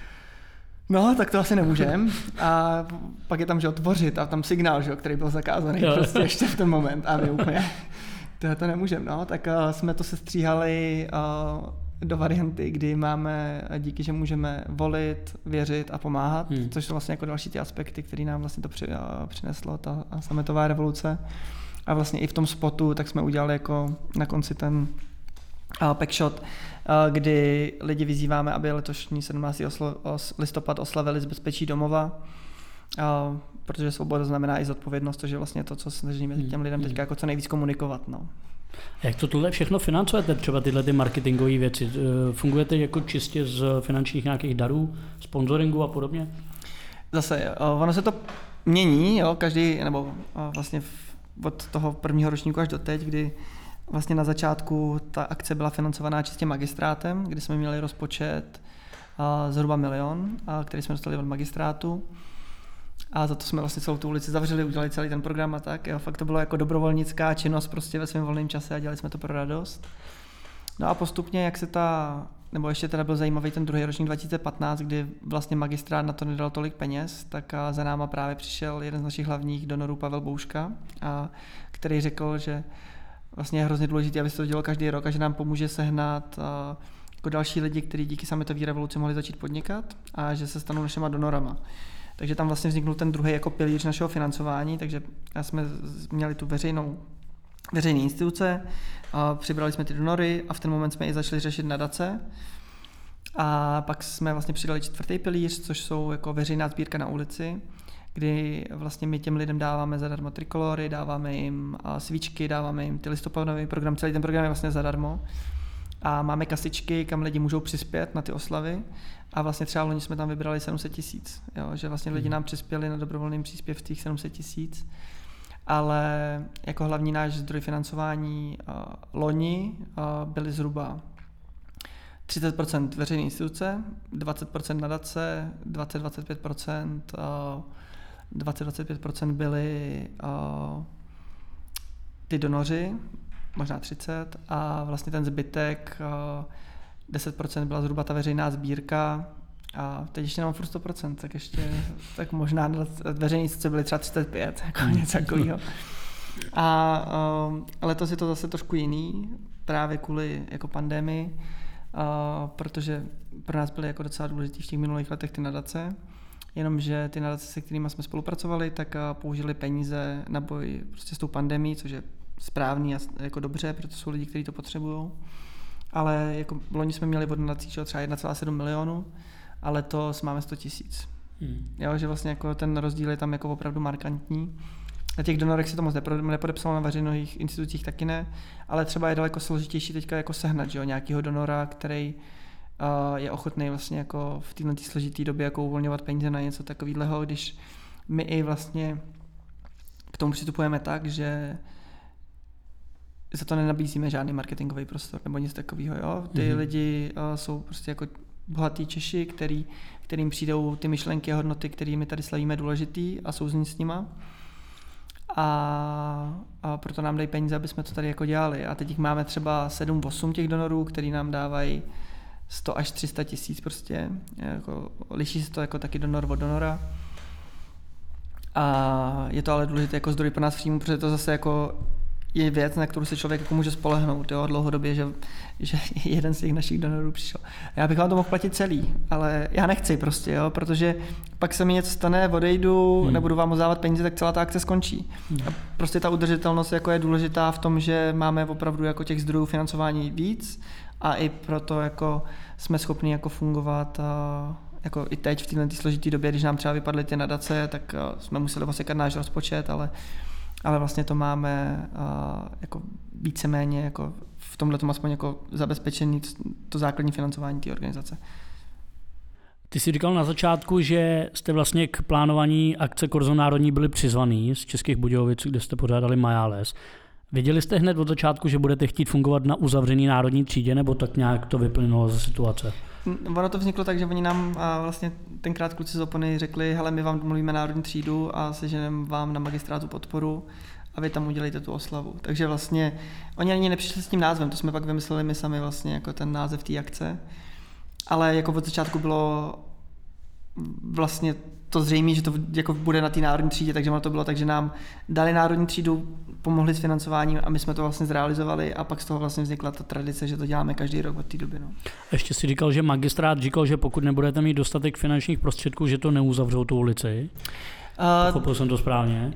no, tak to asi nemůžem. A pak je tam, že jo, tvořit a tam signál, že jo, který byl zakázaný prostě ještě v ten moment a my úplně to nemůžeme, no. Tak jsme to sestříhali do varianty, kdy máme díky, že můžeme volit, věřit a pomáhat, což jsou vlastně jako další ty aspekty, které nám vlastně to přineslo, ta sametová revoluce. A vlastně i v tom spotu tak jsme udělali jako na konci ten packshot, kdy lidi vyzýváme, aby letošní 17. listopad oslavili z bezpečí domova, protože svoboda znamená i zodpovědnost, to je vlastně to, co snažíme těm lidem teďka jako co nejvíc komunikovat. No. Jak to tohle všechno financujete, třeba tyhle ty marketingové věci? Fungujete jako čistě z finančních nějakých darů, sponsoringu a podobně? Zase, ono se to mění, jo, každý, nebo vlastně od toho prvního ročníku až do teď, kdy vlastně na začátku ta akce byla financovaná čistě magistrátem, kdy jsme měli rozpočet zhruba 1 milion, který jsme dostali od magistrátu. A za to jsme vlastně celou tu ulici zavřeli, udělali celý ten program a tak. Jo, fakt to bylo jako dobrovolnická činnost prostě ve svém volném čase a dělali jsme to pro radost. No a postupně, jak se nebo ještě teda byl zajímavý ten druhý ročník 2015, kdy vlastně magistrát na to nedal tolik peněz, tak za náma právě přišel jeden z našich hlavních donorů, Pavel Bouška, který řekl, že vlastně je hrozně důležité, aby se to dělalo každý rok a že nám pomůže sehnat jako další lidi, kteří díky sametové revoluci mohli začít podnikat a že se stanou našima donorama. Takže tam vlastně vzniknul ten druhý jako pilíř našeho financování, takže jsme měli tu veřejné instituce, přibrali jsme ty donory a v ten moment jsme i začali řešit nadace. A pak jsme vlastně přidali 4. pilíř, což jsou jako veřejná sbírka na ulici, kdy vlastně my těm lidem dáváme zadarmo trikolory, dáváme jim svíčky, dáváme jim ty listopadový program, celý ten program je vlastně zadarmo. A máme kasičky, kam lidi můžou přispět na ty oslavy. A vlastně třeba loni jsme tam vybrali 700 000, že vlastně lidi nám přispěli na dobrovolným příspěvcích 700 000. Ale jako hlavní náš zdroj financování loni byly zhruba 30% veřejné instituce, 20% nadace, 20-25% byly ty donoři, možná 30, a vlastně ten zbytek 10% byla zhruba ta veřejná sbírka a teď ještě nemám furt 100%, tak ještě tak možná veřejné instituce byly třeba 35, jako něco takového. A letos je to zase trošku jiný, právě kvůli jako pandemii, protože pro nás byly jako docela důležitý v těch minulých letech ty nadace, jenomže ty nadace, se kterými jsme spolupracovali, tak použili peníze na boj prostě s tou pandemií, což je správný a jako dobře, protože jsou lidi, kteří to potřebují. Ale jako loni jsme měli od nadací třeba 1,7 milionu, a letos máme 100 000. Jo, že vlastně jako ten rozdíl je tam jako opravdu markantní. Na těch donorech se to moc nepodepsalo, na veřejných institucích taky ne, ale třeba je daleko složitější teďka jako sehnat, že jo, nějakýho donora, který je ochotný vlastně jako v této složité době jako uvolňovat peníze na něco takového, když my i vlastně k tomu přistupujeme tak, že za to nenabízíme žádný marketingový prostor nebo nic takového, jo. Ty lidi jsou prostě jako bohatý Češi, kterým přijdou ty myšlenky a hodnoty, kterými tady slavíme, důležitý a souzní s nima. A proto nám dají peníze, aby jsme to tady jako dělali. A teď jich máme třeba 7-8 těch donorů, který nám dávají 100 až 300 000 prostě. Jako, liší se to jako taky donor od donora. A je to ale důležité jako zdroj pro nás příjmu, protože to zase jako je věc, na kterou se člověk jako může spolehnout, jo, dlouhodobě, že jeden z těch našich donorů přišel. Já bych vám to mohl platit celý, ale já nechci prostě, jo, protože pak se mi něco stane, odejdu, nebudu vám dávat peníze, tak celá ta akce skončí. A prostě ta udržitelnost jako je důležitá v tom, že máme opravdu jako těch zdrojů financování víc a i proto jako jsme schopni jako fungovat jako i teď v této složité době, když nám třeba vypadly ty nadace, tak jsme museli osekat náš rozpočet, ale vlastně to máme jako víceméně jako v tomhle tom aspoň jako zabezpečený to základní financování té organizace. Ty jsi říkal na začátku, že jste vlastně k plánování akce Korzo národní byli přizvaný z Českých Budějovic, kde jste pořádali Majáles. Věděli jste hned od začátku, že budete chtít fungovat na uzavřený národní třídě, nebo tak nějak to vyplynulo ze situace? Ono to vzniklo tak, že oni nám vlastně tenkrát kluci z Opony řekli, hele, my vám domluvíme národní třídu a seženeme vám na magistrátu podporu a vy tam udělejte tu oslavu. Takže vlastně oni ani nepřišli s tím názvem, to jsme pak vymysleli my sami vlastně jako ten název té akce. Ale jako od začátku bylo vlastně to zřejmé, že to jako bude na té národní třídě, takže ono to bylo tak, že nám dali národní třídu, pomohli s financováním a my jsme to vlastně zrealizovali a pak z toho vlastně vznikla ta tradice, že to děláme každý rok od té doby. No. Ještě si říkal, že magistrát říkal, že pokud nebudete mít dostatek finančních prostředků, že to neuzavřou tu ulici. Pochopil jsem to správně?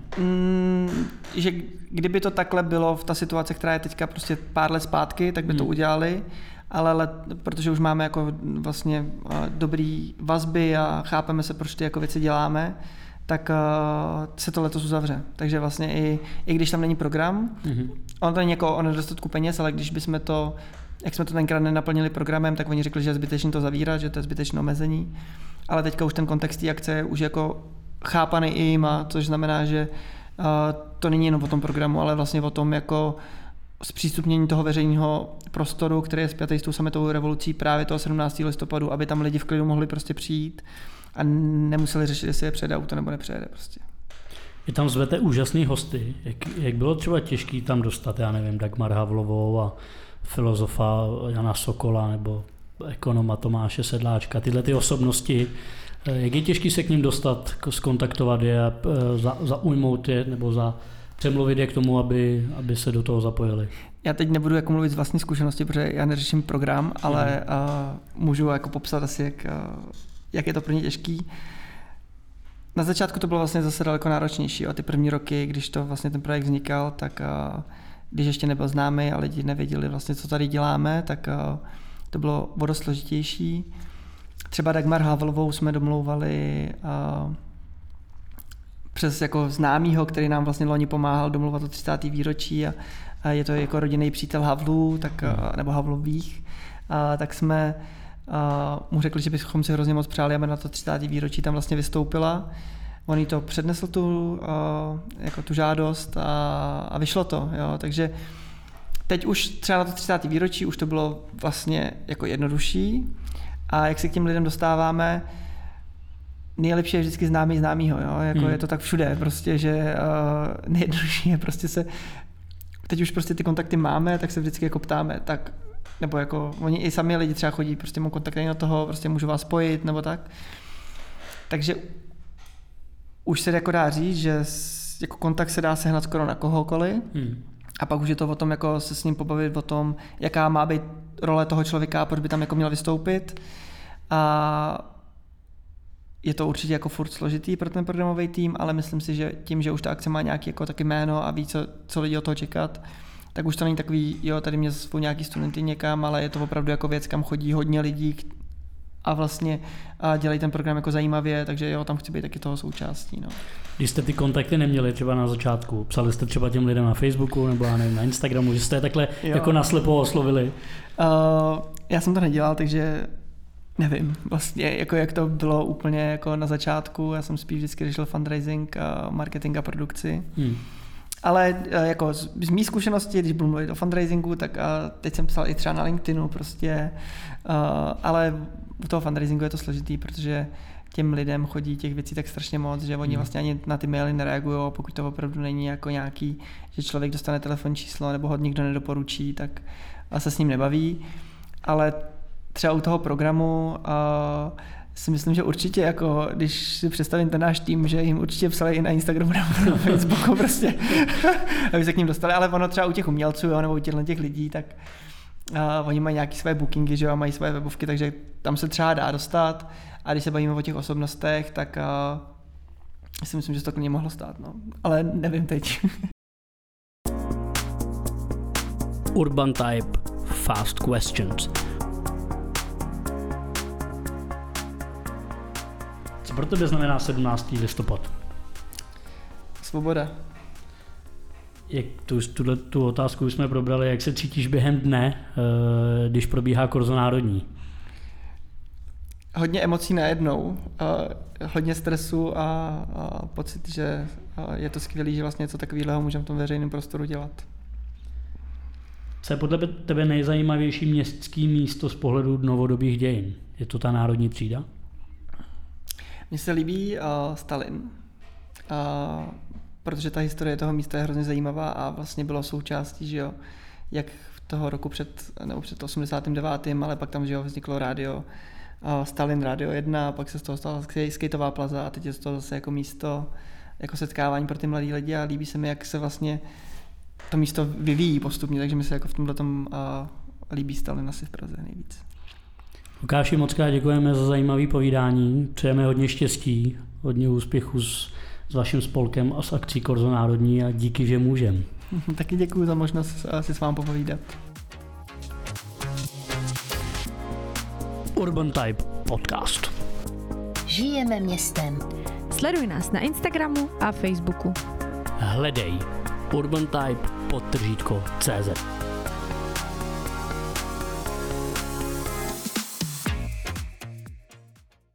Že kdyby to takhle bylo v ta situace, která je teďka prostě pár let zpátky, tak by to udělali. Ale protože už máme jako vlastně dobrý vazby a chápeme se, proč ty jako věci děláme, tak se to letos uzavře. Takže vlastně i když tam není program, ono to není jako o nedostatku peněz, ale když bychom to, jak jsme to tenkrát nenaplnili programem, tak oni řekli, že je zbytečné to zavírat, že to je zbytečné omezení. Ale teďka už ten kontext té akce je už jako chápaný i jima, což znamená, že to není jenom o tom programu, ale vlastně o tom jako zpřístupnění toho veřejného prostoru, který je spjatý s tou sametovou revolucí právě toho 17. listopadu, aby tam lidi v klidu mohli prostě přijít a nemuseli řešit, jestli je přejede auto nebo nepřejede prostě. Vy tam zvete úžasný hosty. Jak bylo třeba těžký tam dostat, já nevím, Dagmar Havlovou a filozofa Jana Sokola nebo ekonoma Tomáše Sedláčka, tyhle ty osobnosti. Jak je těžký se k ním dostat, zkontaktovat je, zaujmout je nebo přemluvit je k tomu, aby se do toho zapojili? Já teď nebudu jako mluvit z vlastní zkušenosti, protože já neřeším program, ale můžu jako popsat asi, jak je to pro ně těžký. Na začátku to bylo vlastně zase daleko náročnější. Ty první roky, když to vlastně ten projekt vznikal, tak když ještě nebyl známý a lidi nevěděli vlastně, co tady děláme, tak to bylo o dost složitější. Třeba Dagmar Havlovou jsme domlouvali přes jako známýho, který nám vlastně loni pomáhal domluvat o 30. výročí a je to jako rodinný přítel Havlů, nebo Havlových, tak jsme mu řekli, že bychom si hrozně moc přáli, aby na to 30. výročí tam vlastně vystoupila. On jí to přednesl jako tu žádost a vyšlo to. Jo. Takže teď už třeba na to 30. výročí už to bylo vlastně jako jednodušší a jak se k těm lidem dostáváme, nejlepší je vždycky známýho, jo? Jako je to tak všude, prostě, že nejjednodušší je prostě teď už prostě ty kontakty máme, tak se vždycky jako ptáme, tak, nebo jako oni i sami lidi třeba chodí, prostě mám kontakt na toho, prostě můžu vás spojit, nebo tak. Takže už se jako dá říct, že jako kontakt se dá sehnat skoro na kohokoliv a pak už je to o tom, jako se s ním pobavit o tom, jaká má být role toho člověka, proč by tam jako měl vystoupit. A je to určitě jako furt složitý pro ten programový tým, ale myslím si, že tím, že už ta akce má nějaký jako taky jméno a ví, co lidi od toho čekat, tak už to není takový, jo, tady mě zvou nějaký studenty někam, ale je to opravdu jako věc, kam chodí hodně lidí a vlastně dělají ten program jako zajímavě, takže jo, tam chci být taky toho součástí. No. Když jste ty kontakty neměli třeba na začátku, psali jste třeba těm lidem na Facebooku nebo já nevím, na Instagramu, že jste je takhle jako naslepo oslovili? Já jsem to nedělal, takže nevím, vlastně jako jak to bylo úplně jako na začátku, já jsem spíš vždycky řešil fundraising, marketing a produkci. Ale jako z mý zkušenosti, když budu mluvit o fundraisingu, tak teď jsem psal i třeba na LinkedInu prostě, ale u toho fundraisingu je to složitý, protože těm lidem chodí těch věcí tak strašně moc, že oni vlastně ani na ty maily nereagují, pokud to opravdu není jako nějaký, že člověk dostane telefonní číslo nebo ho nikdo nedoporučí, tak se s ním nebaví, ale třeba u toho programu Si myslím, že určitě, jako, když si představím ten náš tým, že jim určitě psali i na Instagramu nebo na Facebooku prostě, aby se k ním dostali, ale ono třeba u těch umělců, jo, nebo u těch lidí, tak oni mají nějaké své bookingy, že jo, mají své webovky, takže tam se třeba dá dostat a když se bavíme o těch osobnostech, tak si myslím, že se to klidně mohlo stát, no. Ale nevím teď. Urban Type Fast Questions. Co pro tebe znamená 17. listopad? Svoboda. Jak tu otázku už jsme probrali, jak se cítíš během dne, když probíhá Korzo národní? Hodně emocí najednou, hodně stresu a pocit, že je to skvělý, že vlastně něco takového můžeme v tom veřejném prostoru dělat. Co je podle tebe nejzajímavější městský místo z pohledu novodobých dějin? Je to ta Národní třída? Mně se líbí Stalin, protože ta historie toho místa je hrozně zajímavá a vlastně bylo součástí, že jo, jak toho roku před 89., ale pak tam, že jo, vzniklo rádio, Stalin Radio 1, pak se z toho stala skateová plaza a teď je to zase jako místo, jako setkávání pro ty mladý lidi a líbí se mi, jak se vlastně to místo vyvíjí postupně, takže mi se jako v tomhletom líbí Stalin asi v Praze nejvíc. Lukáši, moc krát děkujeme za zajímavé povídání, přejeme hodně štěstí, hodně úspěchů s vaším spolkem a s akcí Korzo národní a díky, že můžem. Taky děkuji za možnost si s vámi popovídat. Urban Type Podcast. Žijeme městem. Sleduj nás na Instagramu a Facebooku. Hledej urbantype_cz